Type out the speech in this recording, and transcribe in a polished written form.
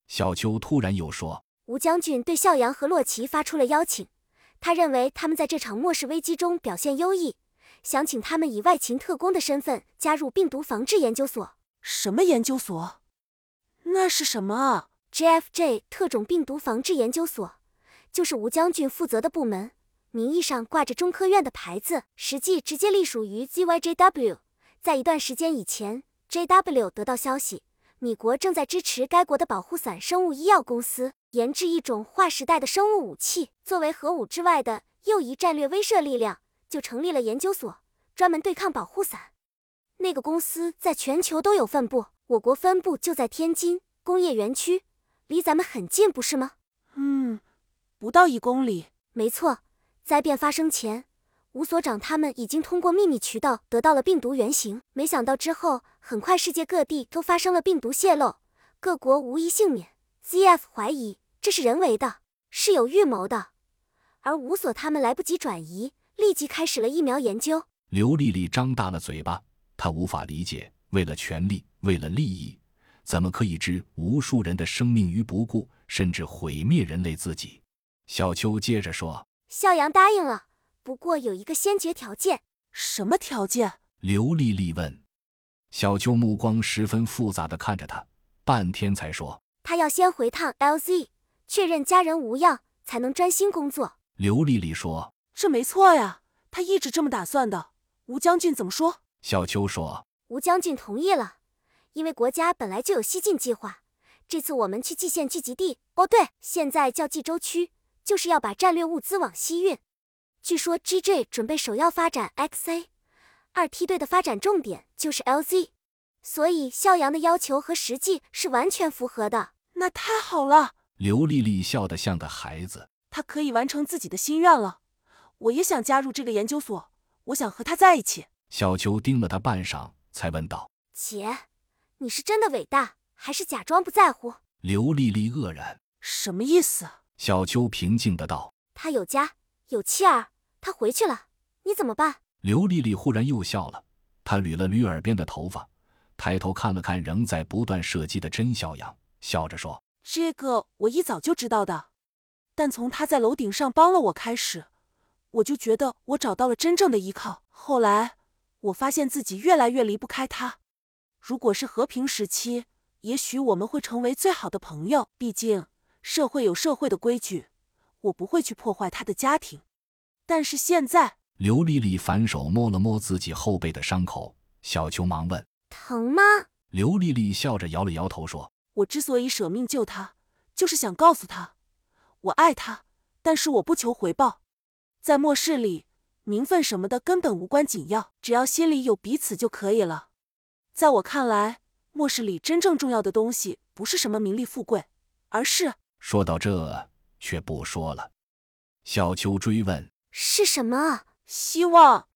小秋突然又说， 吴将军对孝阳和洛奇发出了邀请，他认为他们在这场末世危机中表现优异，想请他们以外勤特工的身份加入病毒防治研究所。 什么研究所？那是什么啊？ JFJ 特种病毒防治研究所，就是吴将军负责的部门，名义上挂着中科院的牌子，实际直接隶属于 ZYJW。 在一段时间以前， JW 得到消息，米国正在支持该国的保护伞生物医药公司研制一种划时代的生物武器，作为核武之外的又一战略威慑力量，就成立了研究所，专门对抗保护伞。那个公司在全球都有分部，我国分部就在天津工业园区，离咱们很近，不是吗？ 不到1公里。 没错，灾变发生前，吴所长他们已经通过秘密渠道得到了病毒原型，没想到之后很快世界各地都发生了病毒泄漏，各国无一幸免。 ZF 怀疑这是人为的，是有预谋的，而吴所他们来不及转移，立即开始了疫苗研究。 刘丽丽张大了嘴巴，她无法理解，为了权力，为了利益，怎么可以置无数人的生命于不顾，甚至毁灭人类自己？小秋接着说， 孝阳答应了，不过有一个先决条件。 什么条件？ 刘丽丽问。小秋目光十分复杂地看着她，半天才说， 他要先回趟 LZ， 确认家人无恙，才能专心工作。 刘丽丽说， 这没错呀，他一直这么打算的。吴将军怎么说？ 小秋说， 吴将军同意了，因为国家本来就有西进计划，这次我们去蓟县聚集地，对，现在叫蓟州区，就是要把战略物资往西运。据说 GJ 准备首要发展 XA，2梯队的发展重点就是 LZ， 所以孝阳的要求和实际是完全符合的。 那太好了。 刘丽丽笑得像个孩子， 他可以完成自己的心愿了。我也想加入这个研究所，我想和他在一起。 小秋盯了他半晌，才问道， 姐，你是真的伟大，还是假装不在乎？ 刘丽丽愕然。 什么意思？ 小秋平静地道， 他有家有妻儿，他回去了，你怎么办？ 刘丽丽忽然又笑了，她捋了捋耳边的头发，抬头看了看仍在不断射击的甄小阳，笑着说， 这个我一早就知道的，但从他在楼顶上帮了我开始，我就觉得我找到了真正的依靠。后来我发现自己越来越离不开他。如果是和平时期，也许我们会成为最好的朋友，毕竟社会有社会的规矩，我不会去破坏他的家庭。但是现在…… 刘丽丽反手摸了摸自己后背的伤口，小秋忙问， 疼吗？ 刘丽丽笑着摇了摇头说， 我之所以舍命救他，就是想告诉他，我爱他，但是我不求回报。在末世里，名分什么的根本无关紧要，只要心里有彼此就可以了。在我看来，末世里真正重要的东西不是什么名利富贵，而是…… 说到这却不说了。小秋追问， 是什么？ 希望。